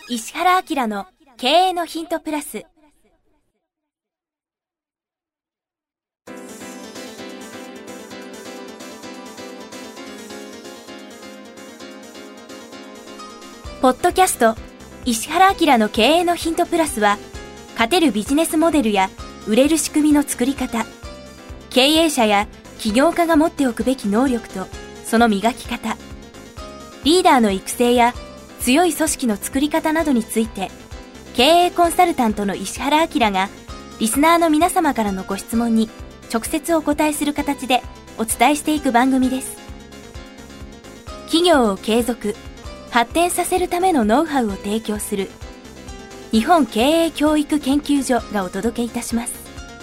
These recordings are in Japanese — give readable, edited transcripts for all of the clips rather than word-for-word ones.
石原明の経営のヒントプラス。ポッドキャスト石原明の経営のヒントプラスは、勝てるビジネスモデルや売れる仕組みの作り方、経営者や起業家が持っておくべき能力とその磨き方、リーダーの育成や強い組織の作り方などについて、経営コンサルタントの石原明がリスナーの皆様からのご質問に直接お答えする形でお伝えしていく番組です。企業を継続発展させるためのノウハウを提供する日本経営教育研究所がお届けいたします。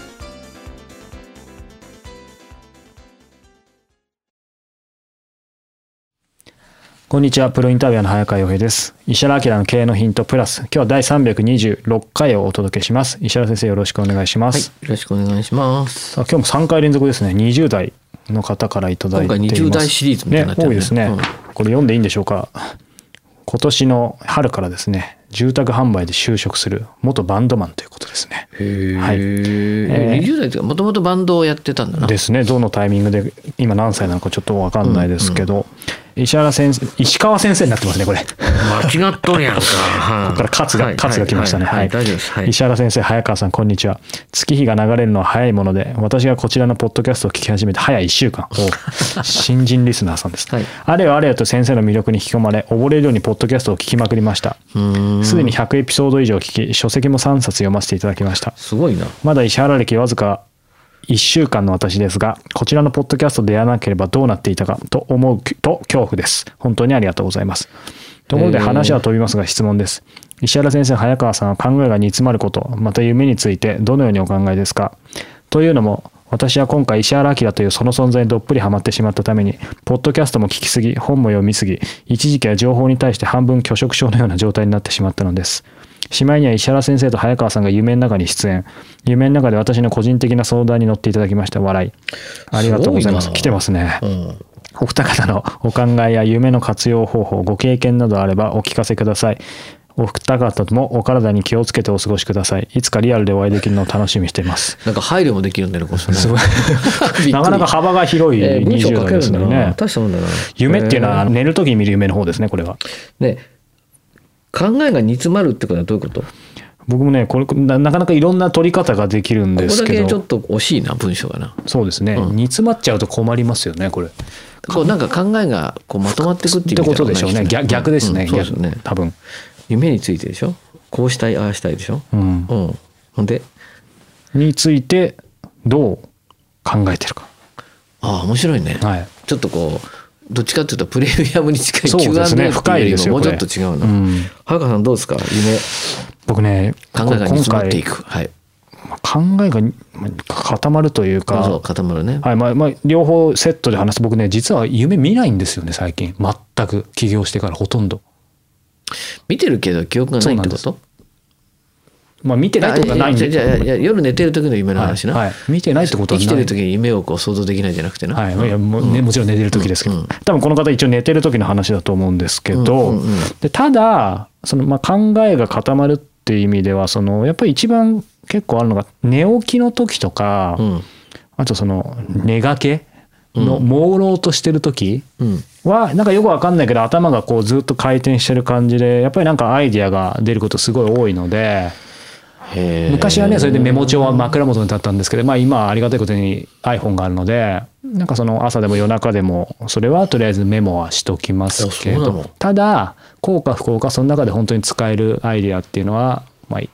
こんにちは、プロインタビュアーの早川洋平です。石原明の経営のヒントプラス、今日は第326回をお届けします。石原先生、よろしくお願いします。 はい、よろしくお願いします。 今日も3回連続ですね。20代の方からいただいています。 今回20代シリーズみたいになってる多いですね、これ読んでいいんでしょうか。今年の春からですね、住宅販売で就職する元バンドマンということですね。 はい、20代ってもともとバンドをやってたんだな。 ですね。どのタイミングで今何歳なのかちょっと分かんないですけど、石原先生、石川先生になってますね、これ。 間違っとるやんか。 ここから勝が来ましたね。 はい、大丈夫です。はい、 石原先生、早川さん、こんにちは。月日が流れるのは早いもので、私がこちらのポッドキャストを聞き始めて早1週間。新人リスナーさんです。はい、あれよあれよと先生の魅力に引き込まれ、溺れるようにポッドキャストを聞きまくりました。すでに100エピソード以上聞き、書籍も3冊読ませていただきました。 すごいな。 まだ石原歴わずか1週間の私ですが、こちらのポッドキャストでやらなければどうなっていたかと思うと恐怖です。本当にありがとうございます。ところで話は飛びますが質問です。石原先生、早川さんは考えが煮詰まること、また夢についてどのようにお考えですか。というのも、私は今回石原明というその存在にどっぷりハマってしまったために、ポッドキャストも聞きすぎ、本も読みすぎ、一時期は情報に対して半分拒食症のような状態になってしまったのです。しまいには石原先生と早川さんが夢の中に出演。夢の中で私の個人的な相談に乗っていただきました。笑い。ありがとうございます。来てますね。お二方のお考えや夢の活用方法、ご経験などあればお聞かせください。お二方ともお体に気をつけてお過ごしください。いつかリアルでお会いできるのを楽しみにしています。 なんか配慮もできるんだよね、これ。 すごい。なかなか幅が広い20代ですね。 大したもんだな。 夢っていうのは寝るときに見る夢の方ですね、これは。 ね、考えが煮詰まるってことはどういうこと？ 僕もね、これなかなかいろんな取り方ができるんですけど、 ここだけちょっと惜しいな、文章がな。 そうですね、煮詰まっちゃうと困りますよね、これ。 こうなんか考えがこうまとまっていくっていうってことでしょうね。逆ですね、 そうですね。 多分夢についてでしょ。こうしたい、ああしたいでしょ。ほんでについてどう考えてるか。 面白いね。はい、ちょっとこうどっちかというとプレミアムに近い Q&A っていうよりももうちょっと違うな。早川さんどうですか、夢。 僕ね、 考えが煮詰まっていく。はい、 考えが固まるというか、 そう固まるね。 はい、両方セットで話す。僕ね、実は夢見ないんですよね、最近。全く起業してからほとんど。 見てるけど記憶がないってこと？ 見てないってことはないんで。 じゃあ夜寝てる時の夢の話な。 はい、見てないってことはない。 生きてる時に夢をこう想像できないじゃなくてな。 はい、もちろん寝てる時ですけど、多分この方一応寝てる時の話だと思うんですけど、でただその考えが固まるっていう意味では、やっぱり一番結構あるのが寝起きの時とか、あと寝がけの朦朧としてる時はなんかよくわかんないけど頭がこうずっと回転してる感じで、やっぱりなんかアイディアが出ることすごい多いので。昔はね、それでメモ帳は枕元に立ったんですけど、今はありがたいことに iPhone があるので、なんか朝でも夜中でもそれはとりあえずメモはしときますけど、ただ効か不効かその中で本当に使えるアイディアっていうのは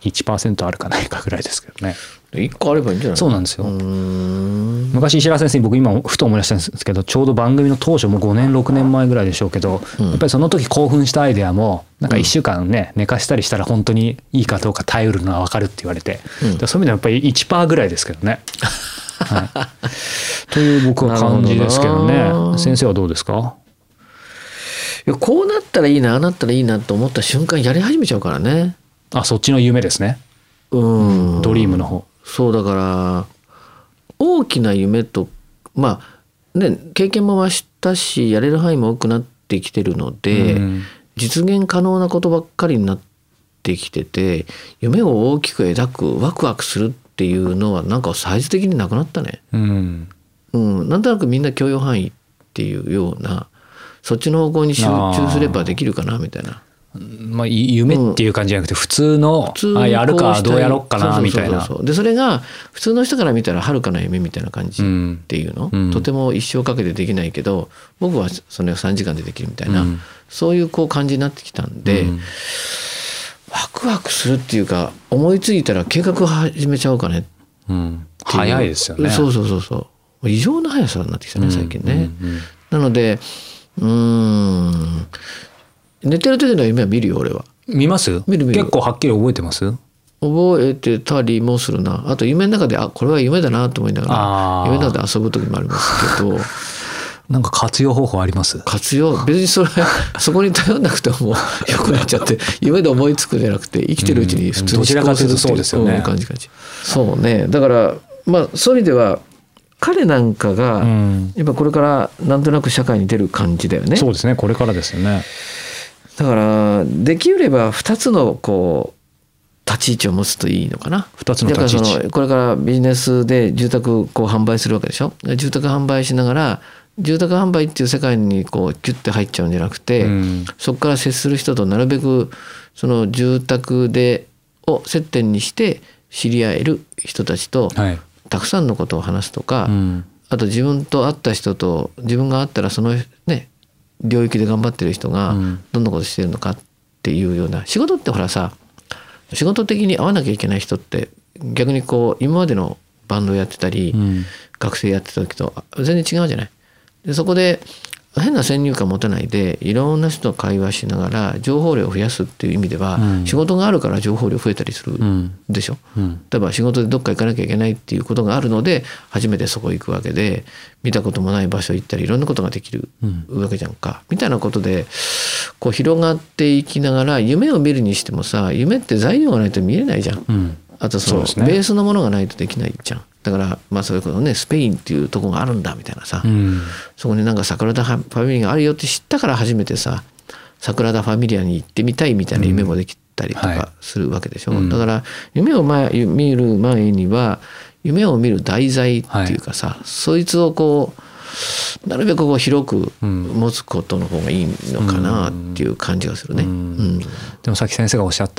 1% あるかないかぐらいですけどね。 1個あればいいんじゃない？ そうなんですよ。昔石原先生に僕今ふと思い出したんですけど、ちょうど番組の当初も5年6年前ぐらいでしょうけど、やっぱりその時興奮したアイデアもなんか1週間ね、寝かしたりしたら本当にいいかどうか耐えうるのは分かるって言われて、そういう意味ではやっぱり 1% ぐらいですけどね。はい、という僕は感じですけどね。先生はどうですか？ いや、こうなったらいいな、ああなったらいいなと思った瞬間やり始めちゃうからね。 そっちの夢ですね。ドリームの方。 そうだから大きな夢と経験も増したしやれる範囲も多くなってきてるので、実現可能なことばっかりになってきてて、夢を大きく描くワクワクするっていうのはなんかサイズ的になくなったね。なんとなくみんな許容範囲っていうような、そっちの方向に集中すればできるかなみたいな。 夢っていう感じじゃなくて普通のやるかどうやろうかなみたいな。 でそれが普通の人から見たら遥かな夢みたいな感じっていうの、とても一生かけてできないけど僕はそれを3時間でできるみたいな、そういう感じになってきたんで、ワクワクするっていうか、思いついたら計画を始めちゃおうかね、 早いですよね。 そう異常な速さになってきたね最近ね。なので寝てる時の夢は見るよ俺は。 見ます？見る結構はっきり覚えてます？ 覚えてたりもするな。あと夢の中でこれは夢だなと思いながら夢の中で遊ぶ時もありますけどなんか活用方法あります？ 活用別にそこに頼んなくてもよくなっちゃって夢で思いつくじゃなくて生きてるうちに普通に思考するっていう感じ。そうね。だからそういう意味では彼なんかがやっぱこれからなんとなく社会に出る感じだよね。 そうですね、これからですよね。 だからできれば2つの立ち位置を持つといいのかな。 2つの立ち位置。 これからビジネスで住宅販売するわけでしょ。住宅販売しながら住宅販売っていう世界にキュッて入っちゃうんじゃなくて、そこから接する人となるべくその住宅を接点にして知り合える人たちとたくさんのことを話すとか、あと自分と会った人と自分が会ったらそのね領域で頑張ってる人がどんなことしてるのかっていうような、仕事ってほらさ、仕事的に会わなきゃいけない人って逆に今までのバンドやってたり、学生やってた時と全然違うじゃない。でそこで変な先入観持たないでいろんな人と会話しながら情報量を増やすっていう意味では、仕事があるから情報量増えたりするでしょ。例えば仕事でどっか行かなきゃいけないっていうことがあるので初めてそこ行くわけで、見たこともない場所行ったりいろんなことができるわけじゃんか、みたいなことで広がっていきながら、夢を見るにしてもさ、夢って材料がないと見えないじゃん。あとベースのものがないとできないじゃん。だからそういうことね、スペインっていうところがあるんだみたいなさ、そこになんかサグラダ・ファミリアがあるよって知ったから初めてさ、サグラダ・ファミリアに行ってみたいみたいな夢もできたりとかするわけでしょ。だから夢を見る前には夢を見る題材っていうかさ、そいつをなるべく広く持つことの方がいいのかなっていう感じがするね。 でもさっき先生がおっしゃった、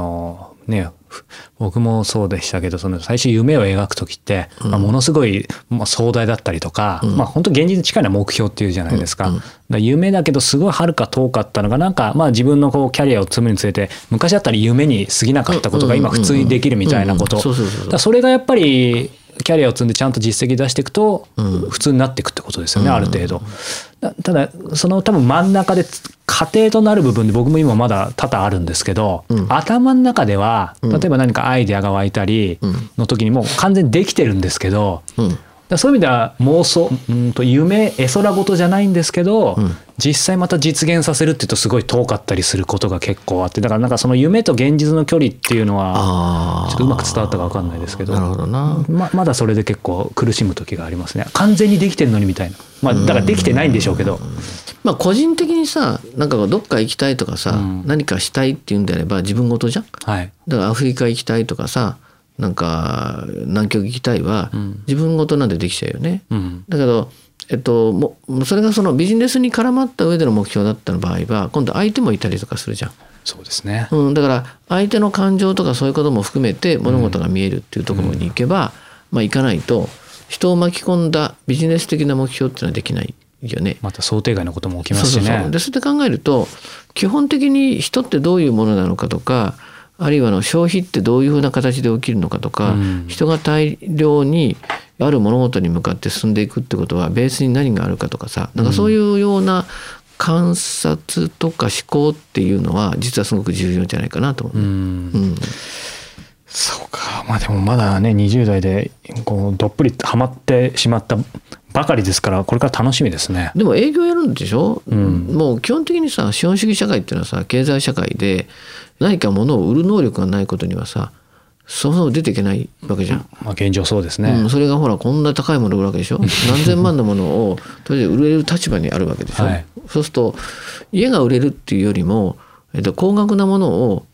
僕もそうでしたけど、最初夢を描く時って、ものすごい壮大だったりとか、本当現実に近いのは目標っていうじゃないですか。夢だけどすごい遥か遠かったのが、なんか自分のキャリアを積むにつれて、昔だったら夢に過ぎなかったことが今普通にできるみたいなこと、それがやっぱりキャリアを積んでちゃんと実績出していくと普通になっていくってことですよね、ある程度。ただ多分真ん中で過程となる部分で僕も今まだ多々あるんですけど、頭の中では例えば何かアイデアが湧いたりの時にもう完全にできてるんですけど、そういう意味では妄想、夢絵空事じゃないんですけど、実際また実現させるっていうとすごい遠かったりすることが結構あって、だからなんかその夢と現実の距離っていうのはちょっとうまく伝わったか分かんないですけど、 なるほどな。 まだそれで結構苦しむ時がありますね。完全にできてるのにみたいな、だからできてないんでしょうけど、 個人的にさ、なんかどっか行きたいとかさ、何かしたいっていうんであれば自分事じゃん。だからアフリカ行きたいとかさ、なんか南極行きたいは自分事なんでできちゃうよね。だけどそれがそのビジネスに絡まった上での目標だった場合は今度相手もいたりとかするじゃん。 そうですね。 だから相手の感情とかそういうことも含めて物事が見えるっていうところに行けば、行かないと人を巻き込んだビジネス的な目標っていうのはできないよね。 また想定外のことも起きますしね。 でそれで考えると基本的に人ってどういうものなのかとか、あるいは消費ってどういうふうな形で起きるのかとか、人が大量にある物事に向かって進んでいくってことはベースに何があるかとかさ、なんかそういうような観察とか思考っていうのは実はすごく重要じゃないかなと思う。 そうか。でもまだね20代でどっぷりハマってしまったばかりですから、これから楽しみですね。 でも営業やるんでしょ。もう基本的にさ、資本主義社会っていうのはさ、経済社会で何か物を売る能力がないことにはさ、そもそも出ていけないわけじゃん。 現状そうですね。 それがほらこんな高いものを売るわけでしょ。何千万のものをとりあえず売れる立場にあるわけでしょ。そうすると家が売れるっていうよりも、高額なものを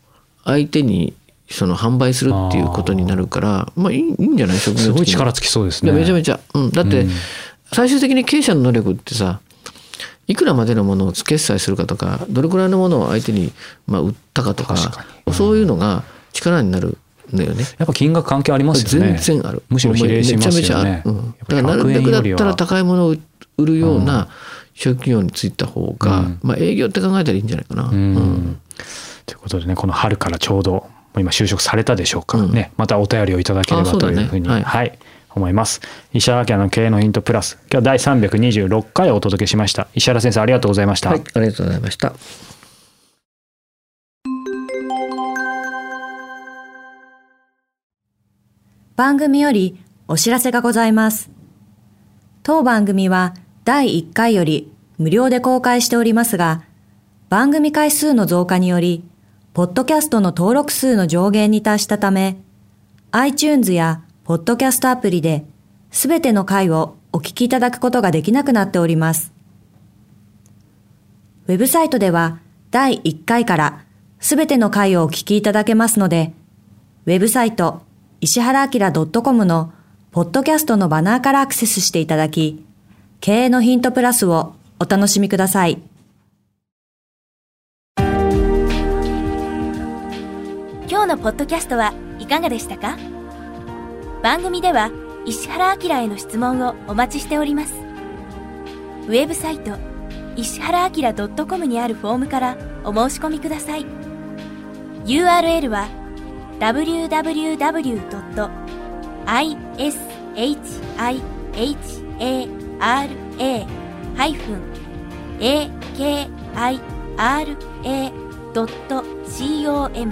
相手にその販売するっていうことになるから、まあいいんじゃない？職業的にすごい力つきそうですね。 いやめちゃめちゃ、だって最終的に経営者の能力ってさ、いくらまでのものを決済するかとか、どれくらいのものを相手に売ったかとか、そういうのが力になるんだよね。やっぱ金額関係ありますよね。 全然ある。 むしろ比例しますよね。 めちゃめちゃある。だからなるべくだったら高いものを売るような職業に就いた方が、営業って考えたらいいんじゃないかな。ということでね、この春からちょうど今就職されたでしょうかね、またお便りをいただければというふうに、思います。石原明の経営のヒントプラス、今日は第326回をお届けしました。石原先生、ありがとうございました。 はい、ありがとうございました。 番組よりお知らせがございます。当番組は第1回より無料で公開しておりますが、番組回数の増加により、ポッドキャストの登録数の上限に達したため、iTunes やポッドキャストアプリで、すべての回をお聞きいただくことができなくなっております。ウェブサイトでは、第1回からすべての回をお聞きいただけますので、ウェブサイト、石原明 .com のポッドキャストのバナーからアクセスしていただき、経営のヒントプラスをお楽しみください。 今日のポッドキャストはいかがでしたか？番組では石原明への質問をお待ちしております。ウェブサイト石原明 .com にあるフォームからお申し込みください。 URL は www.ishihara-akira.com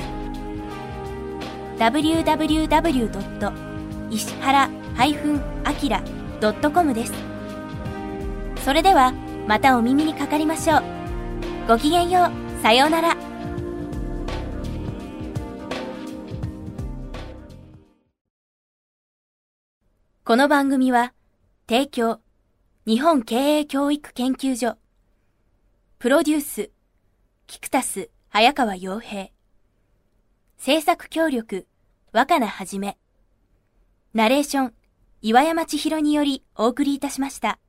www. 石原-akira.com です。それではまたお耳にかかりましょう。ごきげんよう。さようなら。この番組は提供日本経営教育研究所、プロデュースキクタス早川洋平、制作協力若菜はじめ、ナレーション岩山千尋によりお送りいたしました。